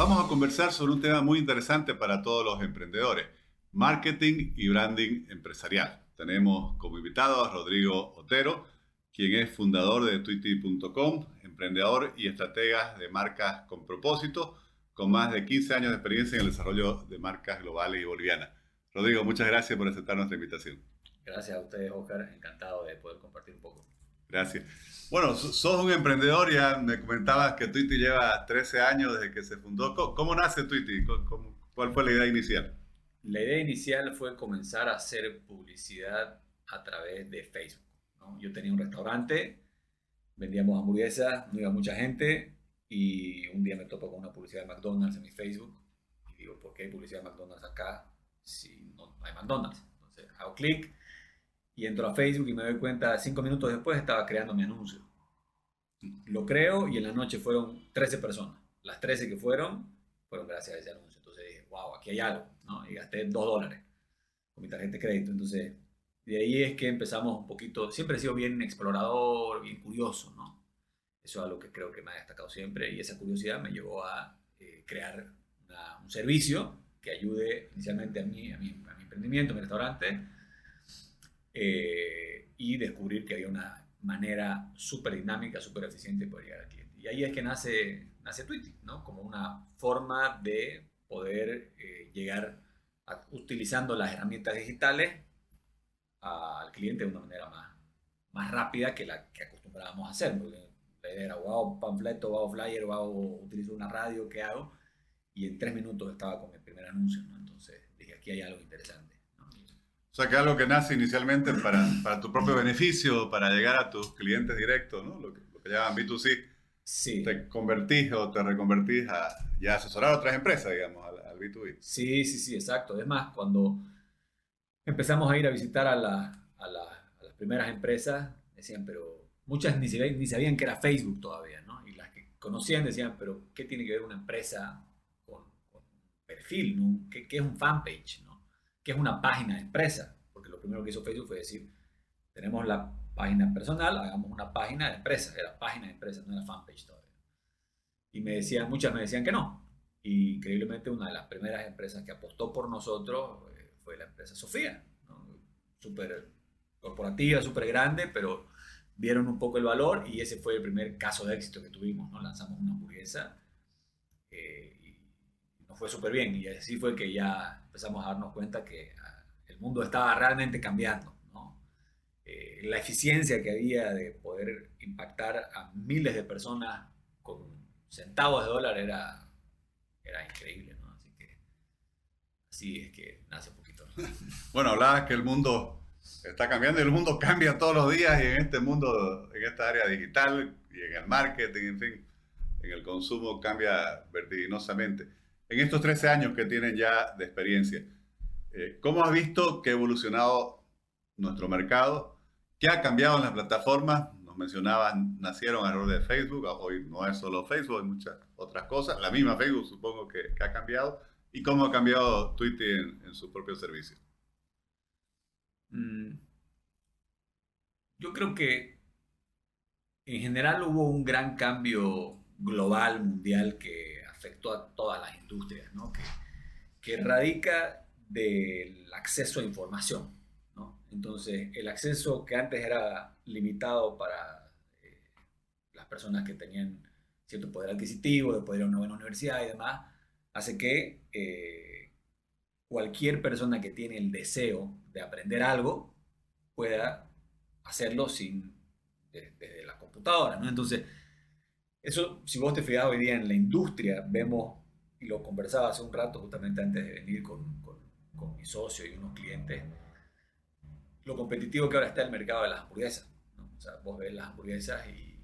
vamos a conversar sobre un tema muy interesante para todos los emprendedores, marketing y branding empresarial. Tenemos como invitado a Rodrigo Otero, quien es fundador de Twitty.com, emprendedor y estratega de marcas con propósito, con más de 15 años de experiencia en el desarrollo de marcas globales y bolivianas. Rodrigo, muchas gracias por aceptar nuestra invitación. Gracias a ustedes, Oscar. Encantado de poder compartir un poco. Gracias. Bueno, sos un emprendedor, ya me comentabas que Twitty lleva 13 años desde que se fundó. ¿Cómo nace Twitty? ¿Cuál fue la idea inicial? La idea inicial fue comenzar a hacer publicidad a través de Facebook, ¿no? Yo tenía un restaurante, vendíamos hamburguesas, no iba mucha gente y un día me topo con una publicidad de McDonald's en mi Facebook y digo, ¿por qué hay publicidad de McDonald's acá si no hay McDonald's? Entonces hago clic y entro a Facebook y me doy cuenta, 5 minutos después estaba creando mi anuncio. Lo creo y en la noche fueron 13 personas. Las 13 que fueron gracias a ese anuncio. Entonces dije, wow, aquí hay algo, ¿no? Y gasté $2 con mi tarjeta de crédito. Entonces, de ahí es que empezamos un poquito. Siempre he sido bien explorador, bien curioso, ¿no? Eso es algo que creo que me ha destacado siempre. Y esa curiosidad me llevó a crear un servicio que ayude inicialmente a mi emprendimiento, a mi restaurante. Y descubrir que había una manera súper dinámica, súper eficiente de poder llegar al cliente. Y ahí es que nace Twitty, ¿no? Como una forma de poder llegar utilizando las herramientas digitales al cliente de una manera más rápida que la que acostumbrábamos a hacer. Porque la idea era, o hago panfleto, o hago flyer, o utilizo una radio, ¿qué hago? Y en 3 minutos estaba con el primer anuncio, ¿no? Entonces dije, aquí hay algo interesante. O sea, que algo que nace inicialmente para tu propio beneficio, para llegar a tus clientes directos, ¿no? Lo que llaman B2C. Sí. Te convertís o te reconvertís a ya asesorar a otras empresas, digamos, al B2B. Sí, exacto. Es más, cuando empezamos a ir a visitar a las primeras empresas, decían, pero muchas ni sabían que era Facebook todavía, ¿no? Y las que conocían decían, pero ¿qué tiene que ver una empresa con perfil, ¿no? ¿Qué es un fanpage, ¿no? ¿Qué es una página de empresa? Porque lo primero que hizo Facebook fue decir, tenemos la página personal, hagamos una página de empresa. Era página de empresa, no era fanpage todavía. Y muchas me decían que no. Y increíblemente una de las primeras empresas que apostó por nosotros fue la empresa Sofía, ¿no? Súper corporativa, súper grande, pero vieron un poco el valor y ese fue el primer caso de éxito que tuvimos, ¿no? Lanzamos una hamburguesa y nos fue súper bien. Y así fue que ya empezamos a darnos cuenta que el mundo estaba realmente cambiando. La eficiencia que había de poder impactar a miles de personas con centavos de dólar era increíble, ¿no? Así es que nace un poquito, ¿no? Bueno, hablabas que el mundo está cambiando y el mundo cambia todos los días y en este mundo, en esta área digital y en el marketing, en fin, en el consumo cambia vertiginosamente. En estos 13 años que tienen ya de experiencia, ¿cómo has visto que ha evolucionado nuestro mercado? ¿Qué ha cambiado en las plataformas? Nos mencionabas, nacieron a raíz de Facebook, hoy no es solo Facebook, hay muchas otras cosas. La misma Facebook supongo que ha cambiado. ¿Y cómo ha cambiado Twitter en su propio servicio? Yo creo que en general hubo un gran cambio global, mundial, que afectó a todas las industrias, ¿no? Que radica del acceso a información, ¿no? Entonces, el acceso que antes era limitado para las personas que tenían cierto poder adquisitivo, de poder ir a una buena universidad y demás, hace que cualquier persona que tiene el deseo de aprender algo pueda hacerlo desde la computadora, ¿no? Entonces, eso, si vos te fijas hoy día en la industria, vemos, y lo conversaba hace un rato justamente antes de venir con mi socio y unos clientes, lo competitivo que ahora está el mercado de las hamburguesas, ¿no? O sea, vos ves las hamburguesas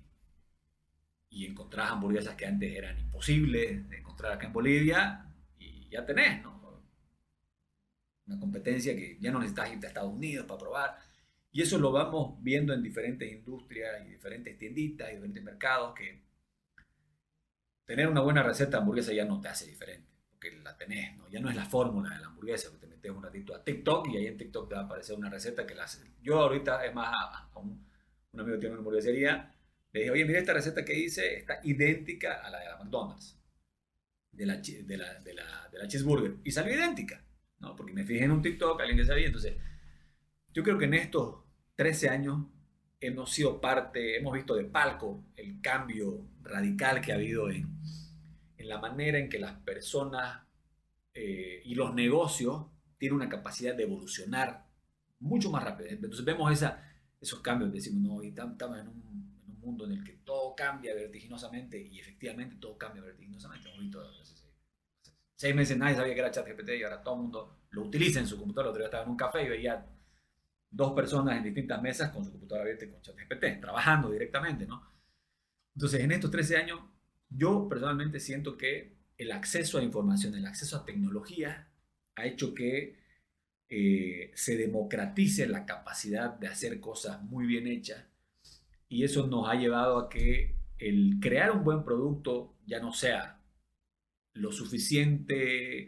y encontrás hamburguesas que antes eran imposibles de encontrar acá en Bolivia y ya tenés, ¿no? Una competencia que ya no necesitas irte a Estados Unidos para probar. Y eso lo vamos viendo en diferentes industrias y diferentes tienditas y diferentes mercados, que tener una buena receta de hamburguesa ya no te hace diferente, porque la tenés, ¿no? Ya no es la fórmula de la hamburguesa, que te metes un ratito a TikTok y ahí en TikTok te va a aparecer una receta que la hace. Yo ahorita, es más, a un amigo que tiene una hamburguesería, le dije, oye, mira esta receta que hice, está idéntica a la de la McDonald's. de la cheeseburger y salió idéntica, ¿no? Porque me fijé en un TikTok, alguien que sabía. Entonces, yo creo que en estos 13 años hemos sido parte, hemos visto de palco el cambio radical que ha habido en la manera en que las personas y los negocios tienen una capacidad de evolucionar mucho más rápido. Entonces vemos esos cambios, decimos, no, y estamos en un mundo en el que todo cambia vertiginosamente, y efectivamente todo cambia vertiginosamente. Hemos visto hace 6 meses nadie sabía que era ChatGPT y ahora todo el mundo lo utiliza en su computadora. El otro día estaba en un café y veía dos personas en distintas mesas con su computadora abierta y con ChatGPT, trabajando directamente, ¿no? Entonces, en estos 13 años, yo personalmente siento que el acceso a información, el acceso a tecnología, ha hecho que se democratice la capacidad de hacer cosas muy bien hechas, y eso nos ha llevado a que el crear un buen producto ya no sea lo suficiente,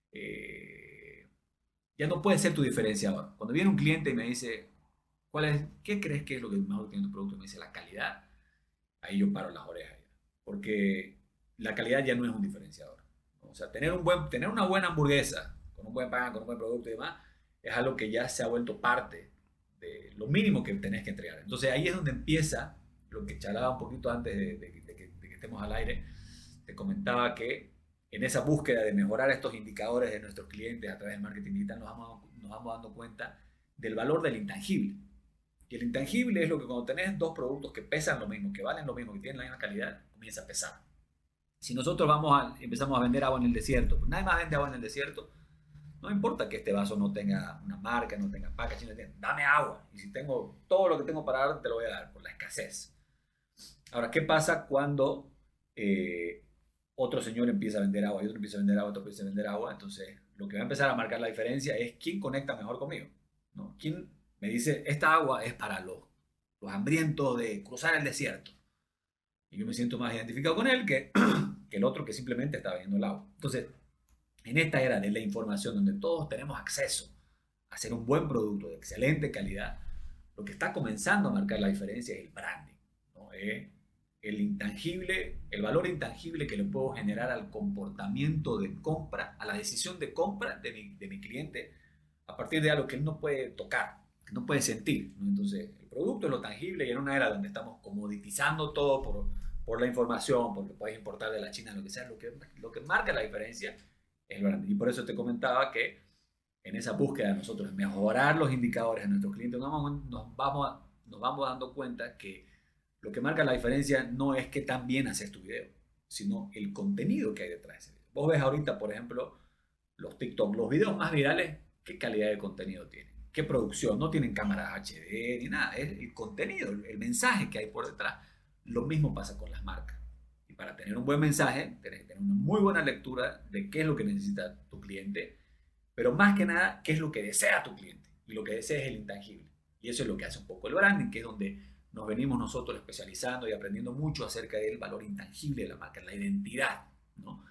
ya no puede ser tu diferenciador. Cuando viene un cliente y me dice, ¿qué crees que es lo que mejor tiene tu producto? Y me dice la calidad, ahí yo paro las orejas, porque la calidad ya no es un diferenciador. O sea, tener una buena hamburguesa, con un buen pan, con un buen producto y demás, es algo que ya se ha vuelto parte de lo mínimo que tenés que entregar. Entonces ahí es donde empieza lo que charlaba un poquito antes de que estemos al aire. Te comentaba que en esa búsqueda de mejorar estos indicadores de nuestros clientes a través del marketing digital nos vamos dando cuenta del valor del intangible. Y el intangible es lo que cuando tenés dos productos que pesan lo mismo, que valen lo mismo, que tienen la misma calidad, comienza a pesar. Si nosotros empezamos a vender agua en el desierto, pues nadie más vende agua en el desierto, no importa que este vaso no tenga una marca, no tenga packaging, dame agua. Y si tengo todo lo que tengo para dar, te lo voy a dar por la escasez. Ahora, ¿qué pasa cuando otro señor empieza a vender agua y otro empieza a vender agua, otro empieza a vender agua? Entonces, lo que va a empezar a marcar la diferencia es quién conecta mejor conmigo, ¿no? ¿Quién me dice, esta agua es para los hambrientos de cruzar el desierto? Y yo me siento más identificado con él que el otro que simplemente está vendiendo el agua. Entonces, en esta era de la información, donde todos tenemos acceso a hacer un buen producto de excelente calidad, lo que está comenzando a marcar la diferencia es el branding, ¿no? El intangible, el valor intangible que le puedo generar al comportamiento de compra, a la decisión de compra de mi cliente, a partir de algo que él no puede tocar, que no puede sentir, ¿no? Entonces, el producto es lo tangible, y en una era donde estamos comoditizando todo por la información, porque puedes importar de la China, lo que sea, lo que marca la diferencia es el branding. Y por eso te comentaba que en esa búsqueda de nosotros de mejorar los indicadores de nuestros clientes, nos vamos dando cuenta que lo que marca la diferencia no es qué tan bien haces tu video, sino el contenido que hay detrás de ese video. Vos ves ahorita, por ejemplo, los TikTok, los videos más virales, ¿qué calidad de contenido tienen? ¿Qué producción? No tienen cámaras HD ni nada, es el contenido, el mensaje que hay por detrás. Lo mismo pasa con las marcas. Y para tener un buen mensaje, tenés que tener una muy buena lectura de qué es lo que necesita tu cliente, pero más que nada, qué es lo que desea tu cliente. Y lo que desea es el intangible. Y eso es lo que hace un poco el branding, que es donde nos venimos nosotros especializando y aprendiendo mucho acerca del valor intangible de la marca, la identidad, ¿no?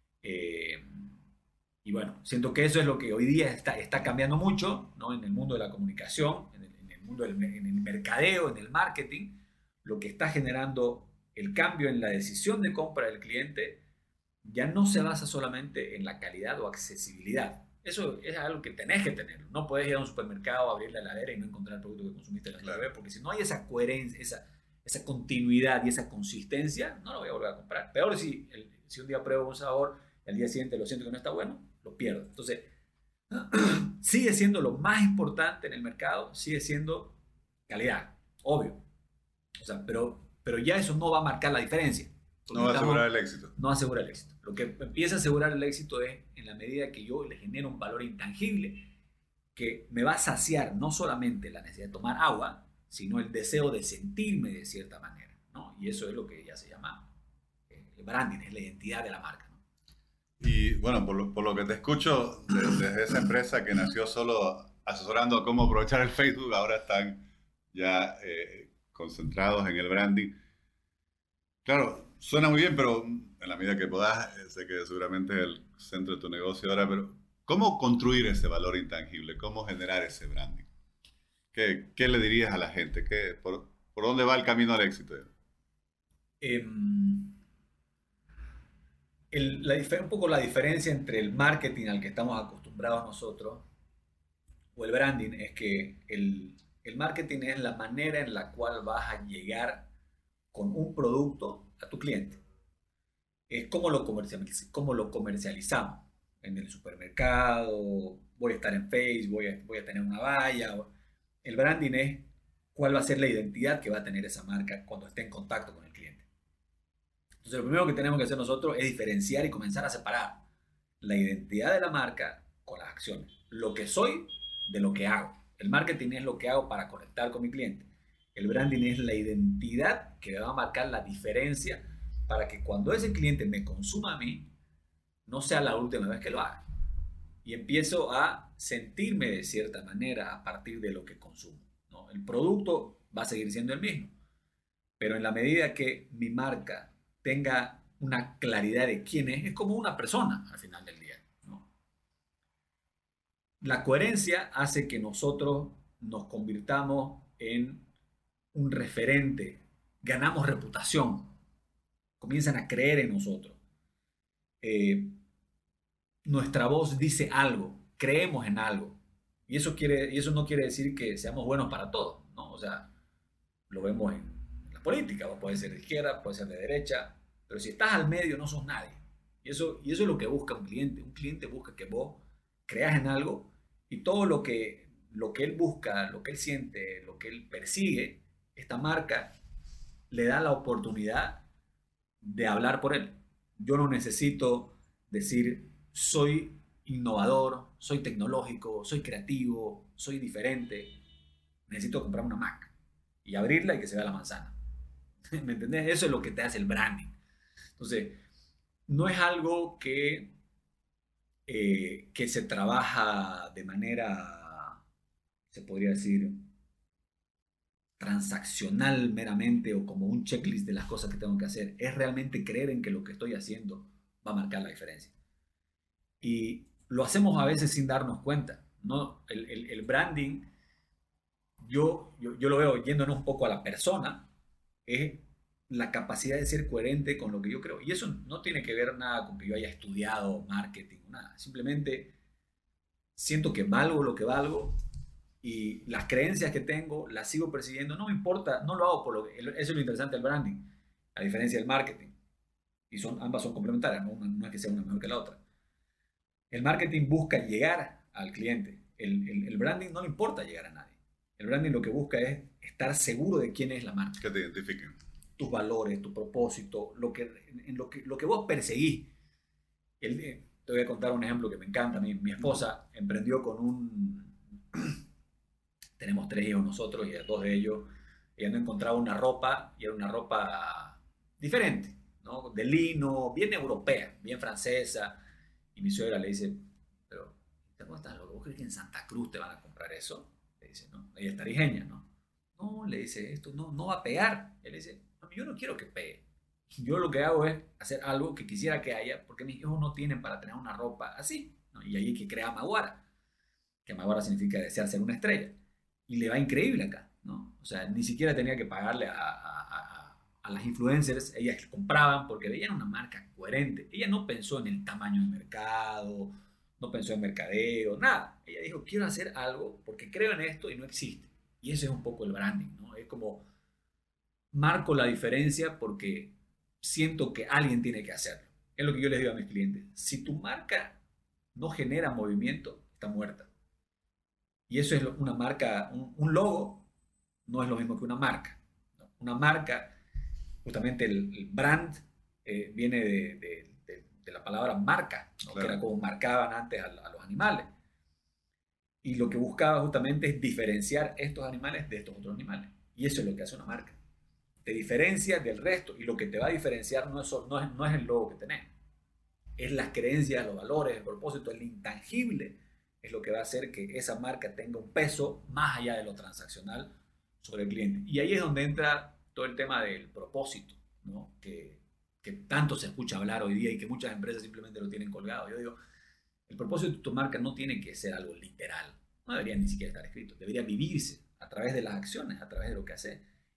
Y bueno, siento que eso es lo que hoy día está cambiando mucho, ¿no? En el mundo de la comunicación, en el mundo en el mercadeo, en el marketing, lo que está generando el cambio en la decisión de compra del cliente ya no se basa solamente en la calidad o accesibilidad. Eso es algo que tenés que tener. No podés ir a un supermercado, abrir la heladera y no encontrar el producto que consumiste la otra vez, porque si no hay esa coherencia, esa continuidad y esa consistencia, no lo voy a volver a comprar. Peor si un día pruebo un sabor, el día siguiente lo siento que no está bueno, lo pierdo. Entonces, sigue siendo lo más importante en el mercado, sigue siendo calidad, obvio. O sea, pero ya eso no va a marcar la diferencia. No va a asegurar el éxito. No asegura el éxito. Lo que empieza a asegurar el éxito es en la medida que yo le genero un valor intangible que me va a saciar no solamente la necesidad de tomar agua, sino el deseo de sentirme de cierta manera, ¿no? Y eso es lo que ya se llama el branding, es la identidad de la marca, ¿no? Y bueno, por lo que te escucho, desde esa empresa que nació solo asesorando a cómo aprovechar el Facebook, ahora están ya concentrados en el branding. Claro, suena muy bien, pero en la medida que puedas, sé que seguramente es el centro de tu negocio ahora, pero ¿cómo construir ese valor intangible? ¿Cómo generar ese branding? ¿Qué le dirías a la gente? ¿Por dónde va el camino al éxito? un poco la diferencia entre el marketing al que estamos acostumbrados nosotros o el branding es que el marketing es la manera en la cual vas a llegar con un producto a tu cliente. Es cómo lo comercializamos. En el supermercado, voy a estar en Facebook, voy a tener una valla. El branding es cuál va a ser la identidad que va a tener esa marca cuando esté en contacto con el cliente. Entonces, lo primero que tenemos que hacer nosotros es diferenciar y comenzar a separar la identidad de la marca con las acciones. Lo que soy de lo que hago. El marketing es lo que hago para conectar con mi cliente. El branding es la identidad que va a marcar la diferencia para que cuando ese cliente me consuma a mí, no sea la última vez que lo haga. Y empiezo a sentirme de cierta manera a partir de lo que consumo, ¿no? El producto va a seguir siendo el mismo, pero en la medida que mi marca tenga una claridad de quién es como una persona al final del día, ¿no? La coherencia hace que nosotros nos convirtamos en un referente, ganamos reputación, comienzan a creer en nosotros. Nuestra voz dice algo, creemos en algo. Y eso no quiere decir que seamos buenos para todo, ¿no? O sea, lo vemos en la política, puede ser de izquierda, puede ser de derecha, pero si estás al medio no sos nadie. Y eso es lo que busca un cliente. Un cliente busca que vos creas en algo y todo lo que él busca, lo que él siente, lo que él persigue, esta marca le da la oportunidad de hablar por él. Yo no necesito decir soy innovador, soy tecnológico, soy creativo, soy diferente. Necesito comprar una Mac y abrirla y que se vea la manzana. ¿Me entendés? Eso es lo que te hace el branding. Entonces, no es algo que se trabaja de manera, se podría decir, transaccional meramente o como un checklist de las cosas que tengo que hacer. Es realmente creer en que lo que estoy haciendo va a marcar la diferencia. Y lo hacemos a veces sin darnos cuenta, ¿no? El branding, yo lo veo yéndonos un poco a la persona, es la capacidad de ser coherente con lo que yo creo. Y eso no tiene que ver nada con que yo haya estudiado marketing, nada. Simplemente siento que valgo lo que valgo y las creencias que tengo las sigo persiguiendo. No me importa, no lo hago por lo que... Eso es lo interesante del branding, a diferencia del marketing. Y ambas son complementarias, no es que sea una mejor que la otra. El marketing busca llegar al cliente. El branding no le importa llegar a nadie. El branding lo que busca es estar seguro de quién es la marca. Que te identifiquen. Tus valores, tu propósito, lo que vos perseguís. Te voy a contar un ejemplo que me encanta. Mi esposa emprendió con tenemos 3 hijos nosotros y 2 de ellos, ella no encontraba una ropa y era una ropa diferente, ¿no? De lino, bien europea, bien francesa. Y mi suegra le dice, pero ¿cómo estás loco? ¿Vos crees que en Santa Cruz te van a comprar eso? Le dice, ¿no? Ella es tarijeña, ¿no? No, le dice, esto no va a pegar. Él le dice, yo no quiero que pegue. Yo lo que hago es hacer algo que quisiera que haya, porque mis hijos no tienen para tener una ropa así, ¿no? Y ahí es que crea Maguara, que Maguara significa desear ser una estrella. Y le va increíble acá, ¿no? O sea, ni siquiera tenía que pagarle a las influencers, ellas compraban porque veían una marca coherente. Ella no pensó en el tamaño del mercado, no pensó en mercadeo, nada. Ella dijo, quiero hacer algo porque creo en esto y no existe. Y ese es un poco el branding, ¿no? Es como, marco la diferencia porque siento que alguien tiene que hacerlo. Es lo que yo les digo a mis clientes. Si tu marca no genera movimiento, está muerta. Y eso es una marca, un logo no es lo mismo que una marca, ¿no? Una marca, justamente el brand viene de la palabra marca, ¿no? Claro. Que era como marcaban antes a los animales. Y lo que buscaba justamente es diferenciar estos animales de estos otros animales. Y eso es lo que hace una marca. Te diferencia del resto y lo que te va a diferenciar no es el logo que tenés. Es las creencias, los valores, el propósito, el intangible. Es lo que va a hacer que esa marca tenga un peso más allá de lo transaccional sobre el cliente. Y ahí es donde entra todo el tema del propósito, ¿no? Que tanto se escucha hablar hoy día y que muchas empresas simplemente lo tienen colgado. Yo digo, el propósito de tu marca no tiene que ser algo literal. No debería ni siquiera estar escrito. Debería vivirse a través de las acciones, a través de lo que haces.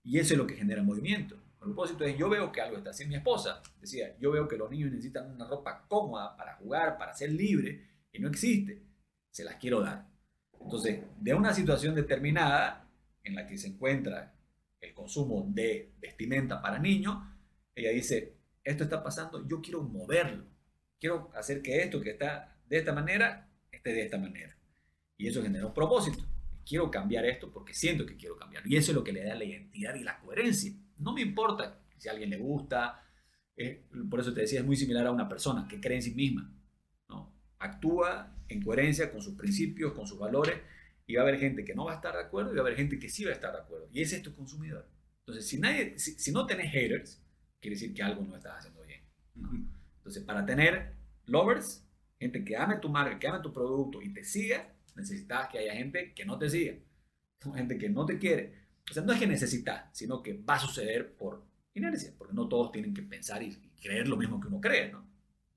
Y eso es lo que genera movimiento. El propósito es, yo veo que algo está haciendo mi esposa. Decía, yo veo que los niños necesitan una ropa cómoda para jugar, para ser libre, y no existe. Se las quiero dar. Entonces, de una situación determinada en la que se encuentra el consumo de vestimenta para niños, ella dice, esto está pasando, yo quiero moverlo. Quiero hacer que esto que está de esta manera, esté de esta manera. Y eso genera un propósito. Quiero cambiar esto porque siento que quiero cambiar. Y eso es lo que le da la identidad y la coherencia. No me importa si a alguien le gusta. Por eso te decía, es muy similar a una persona que cree en sí misma, ¿no? Actúa en coherencia con sus principios, con sus valores. Y va a haber gente que no va a estar de acuerdo y va a haber gente que sí va a estar de acuerdo. Y ese es tu consumidor. Entonces, si no tenés haters, quiere decir que algo no estás haciendo bien, ¿no? Entonces, para tener lovers, gente que ame tu marca, que ame tu producto y te siga, necesitas que haya gente que no te siga, gente que no te quiere. O sea, no es que necesitas, sino que va a suceder por inercia, porque no todos tienen que pensar y creer lo mismo que uno cree, ¿no?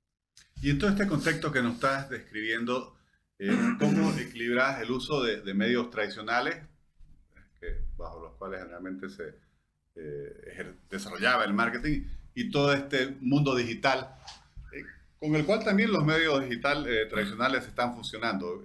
Y en todo este contexto que nos estás describiendo, ¿cómo equilibras el uso de medios tradicionales, bajo los cuales generalmente se desarrollaba el marketing, y todo este mundo digital, con el cual también los medios digitales tradicionales están funcionando?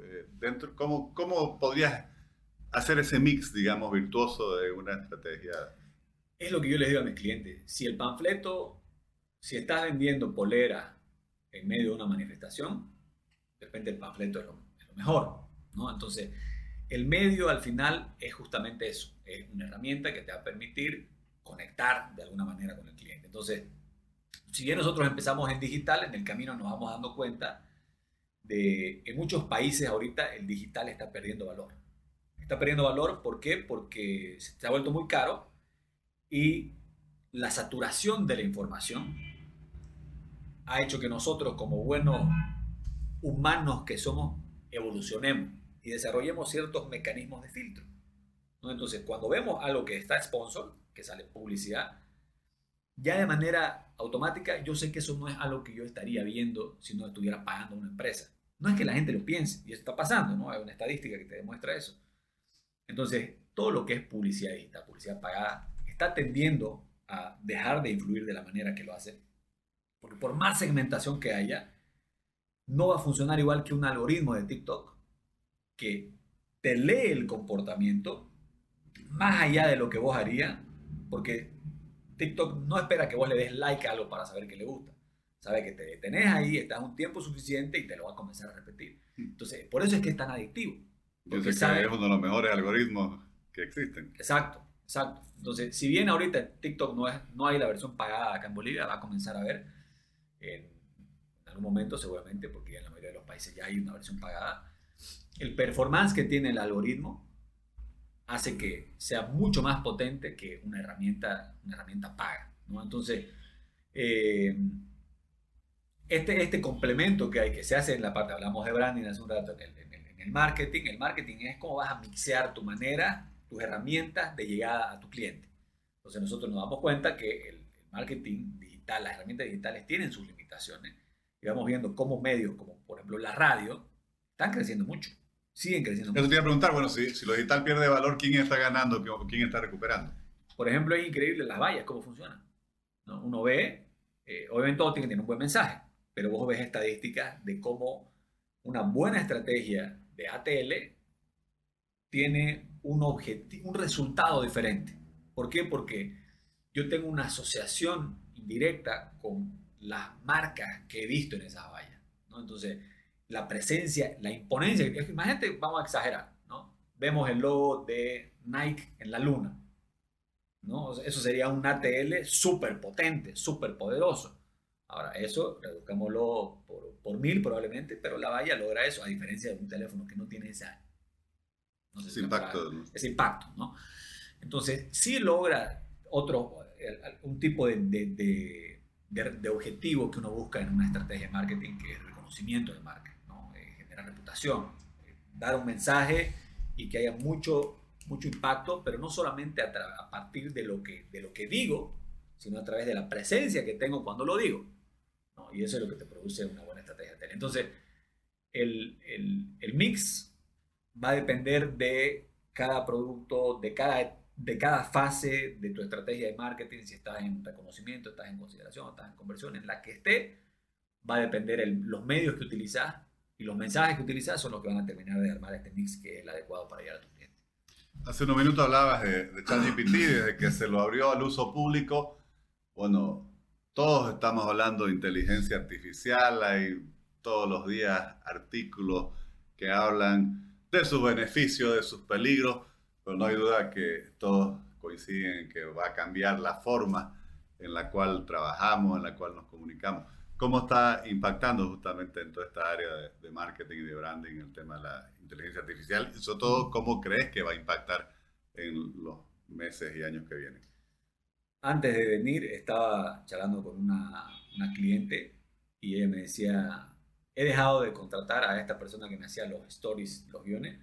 ¿Cómo podrías hacer ese mix, digamos, virtuoso de una estrategia? Es lo que yo les digo a mis clientes. Si el panfleto, si estás vendiendo polera en medio de una manifestación, de repente el panfleto es lo mejor, ¿no? Entonces, el medio al final es justamente eso. Es una herramienta que te va a permitir conectar de alguna manera con el cliente. Entonces, si bien nosotros empezamos en digital, en el camino nos vamos dando cuenta de en muchos países ahorita el digital está perdiendo valor. Está perdiendo valor, ¿por qué? Porque se ha vuelto muy caro y la saturación de la información ha hecho que nosotros, como buenos humanos que somos, evolucionemos y desarrollemos ciertos mecanismos de filtro, ¿no? Entonces, cuando vemos algo que está sponsor, que sale publicidad, ya de manera automática yo sé que eso no es algo que yo estaría viendo si no estuviera pagando una empresa. No es que la gente lo piense, y eso está pasando, ¿no? Hay una estadística que te demuestra eso. Entonces, todo lo que es publicidad digital, publicidad pagada, está tendiendo a dejar de influir de la manera que lo hace, porque por más segmentación que haya, no va a funcionar igual que un algoritmo de TikTok que te lee el comportamiento más allá de lo que vos harías, porque TikTok no espera que vos le des like a algo para saber que le gusta. Sabe que te detenés ahí, estás un tiempo suficiente y te lo va a comenzar a repetir. Entonces, por eso es que es tan adictivo. Porque sabe que es uno de los mejores algoritmos que existen. Exacto, exacto. Entonces, si bien ahorita TikTok no hay la versión pagada acá en Bolivia, va a comenzar a ver en algún momento seguramente, porque ya en la mayoría de los países ya hay una versión pagada. El performance que tiene el algoritmo hace que sea mucho más potente que una herramienta paga, ¿no? Entonces, este complemento que hay, que se hace en la parte, hablamos de branding hace un rato, en el marketing es cómo vas a mixear tu manera, tus herramientas de llegada a tu cliente. Entonces nosotros nos damos cuenta que el marketing digital, las herramientas digitales tienen sus limitaciones, y vamos viendo cómo medios, como por ejemplo la radio, están creciendo mucho. Siguen creciendo mucho. Eso te iba a preguntar, bueno, si lo digital pierde valor, ¿quién está ganando? ¿Quién está recuperando? Por ejemplo, es increíble las vallas, cómo funcionan, ¿no? Uno ve, obviamente todo tiene que tener un buen mensaje, pero vos ves estadísticas de cómo una buena estrategia de ATL tiene un resultado diferente. ¿Por qué? Porque yo tengo una asociación indirecta con las marcas que he visto en esas vallas, ¿no? Entonces, la presencia, la imponencia, imagínate, vamos a exagerar, ¿no? Vemos el logo de Nike en la luna, ¿no? Eso sería un ATL súper potente, súper poderoso. Ahora, eso reduzcámoslo por 1000 probablemente, pero la valla logra eso, a diferencia de un teléfono que no tiene ese impacto, ¿no? Ese impacto, ¿no? Entonces, sí logra un tipo de objetivo que uno busca en una estrategia de marketing, que es el reconocimiento de marca, ¿no? Generar reputación, dar un mensaje y que haya mucho impacto, pero no solamente a partir de lo que digo, sino a través de la presencia que tengo cuando lo digo, ¿no? Y eso es lo que te produce una buena estrategia de tele. Entonces, el mix va a depender de cada producto, de cada de cada fase de tu estrategia de marketing, si estás en reconocimiento, estás en consideración, estás en conversión, en la que esté, va a depender los medios que utilizas y los mensajes que utilizas son los que van a terminar de armar este mix que es el adecuado para llegar a tu cliente. Hace unos minutos hablabas de ChatGPT, desde que se lo abrió al uso público. Bueno, todos estamos hablando de inteligencia artificial, hay todos los días artículos que hablan de sus beneficios, de sus peligros, pero no hay duda que todos coinciden en que va a cambiar la forma en la cual trabajamos, en la cual nos comunicamos. ¿Cómo está impactando justamente en toda esta área de marketing y de branding el tema de la inteligencia artificial? Y sobre todo, ¿cómo crees que va a impactar en los meses y años que vienen? Antes de venir estaba charlando con una cliente y ella me decía, he dejado de contratar a esta persona que me hacía los stories, los guiones,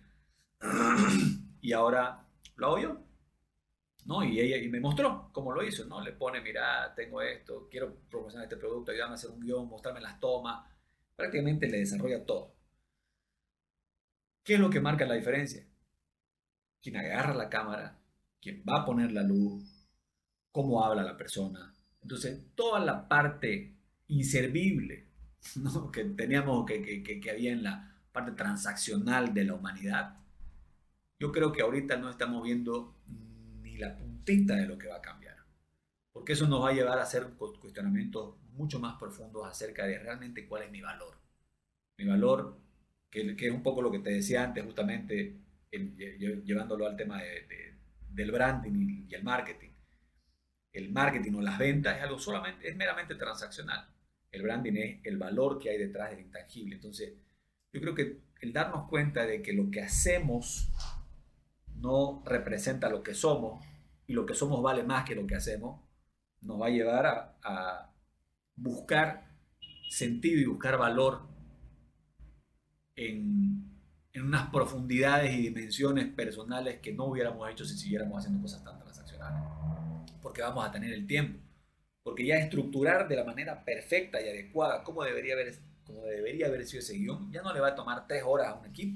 y ahora lo hago yo, ¿no? Y me mostró cómo lo hizo, ¿no? Le pone, mira, tengo esto, quiero promocionar este producto, ayúdame a hacer un guión, mostrarme las tomas, prácticamente le desarrolla todo. ¿Qué es lo que marca la diferencia? Quien agarra la cámara, quien va a poner la luz, cómo habla la persona. Entonces, toda la parte inservible, ¿no? que teníamos, que había en la parte transaccional de la humanidad, yo creo que ahorita no estamos viendo ni la puntita de lo que va a cambiar. Porque eso nos va a llevar a hacer cuestionamientos mucho más profundos acerca de realmente cuál es mi valor. Mi valor, que es un poco lo que te decía antes, justamente llevándolo al tema del branding y el marketing. El marketing o las ventas es algo solamente, es meramente transaccional. El branding es el valor que hay detrás del intangible. Entonces, yo creo que el darnos cuenta de que lo que hacemos no representa lo que somos y lo que somos vale más que lo que hacemos, nos va a llevar a buscar sentido y buscar valor en unas profundidades y dimensiones personales que no hubiéramos hecho si siguiéramos haciendo cosas tan transaccionales. Porque vamos a tener el tiempo. Porque ya estructurar de la manera perfecta y adecuada como debería haber sido ese guión, ya no le va a tomar 3 horas a un equipo.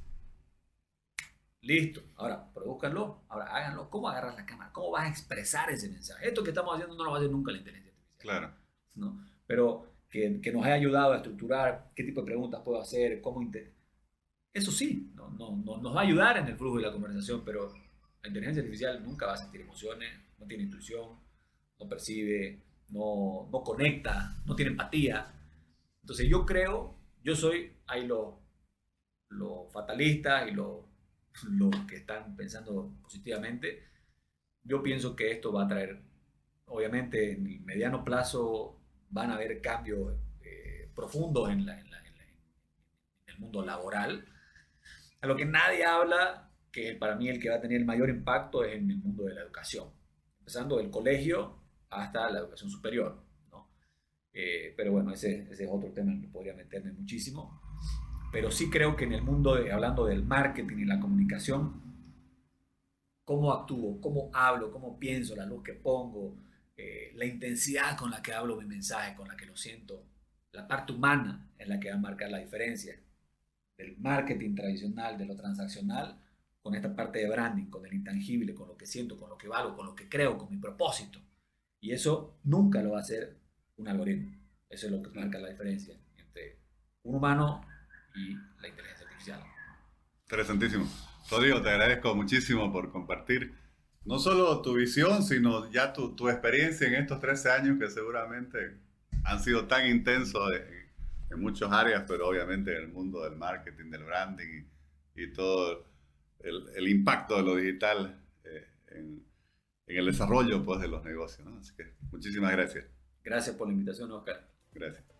Listo. Ahora, produzcanlo, ahora háganlo. ¿Cómo agarras la cámara? ¿Cómo vas a expresar ese mensaje? Esto que estamos haciendo no lo va a hacer nunca la inteligencia artificial. Claro. ¿No? Pero que nos haya ayudado a estructurar qué tipo de preguntas puedo hacer, eso sí, nos va a ayudar en el flujo de la conversación, pero la inteligencia artificial nunca va a sentir emociones, no tiene intuición, no percibe, no conecta, no tiene empatía. Entonces yo soy ahí los fatalistas y los que están pensando positivamente. Yo pienso que esto va a traer, obviamente en el mediano plazo van a haber cambios profundos en el mundo laboral. A lo que nadie habla, que para mí el que va a tener el mayor impacto es en el mundo de la educación, empezando del colegio hasta la educación superior, ¿no? Pero bueno, ese es otro tema en el que podría meterme muchísimo. Pero sí creo que en el mundo, hablando del marketing y la comunicación, cómo actúo, cómo hablo, cómo pienso, la luz que pongo, la intensidad con la que hablo mi mensaje, con la que lo siento, la parte humana es la que va a marcar la diferencia del marketing tradicional, de lo transaccional, con esta parte de branding, con el intangible, con lo que siento, con lo que valgo, con lo que creo, con mi propósito. Y eso nunca lo va a hacer un algoritmo. Eso es lo que marca la diferencia entre un humano y la inteligencia artificial. Interesantísimo. Rodrigo, te agradezco muchísimo por compartir no solo tu visión, sino ya tu experiencia en estos 13 años que seguramente han sido tan intensos en muchas áreas, pero obviamente en el mundo del marketing, del branding y todo el impacto de lo digital en el desarrollo pues, de los negocios, ¿no? Así que muchísimas gracias. Gracias por la invitación, Oscar. Gracias.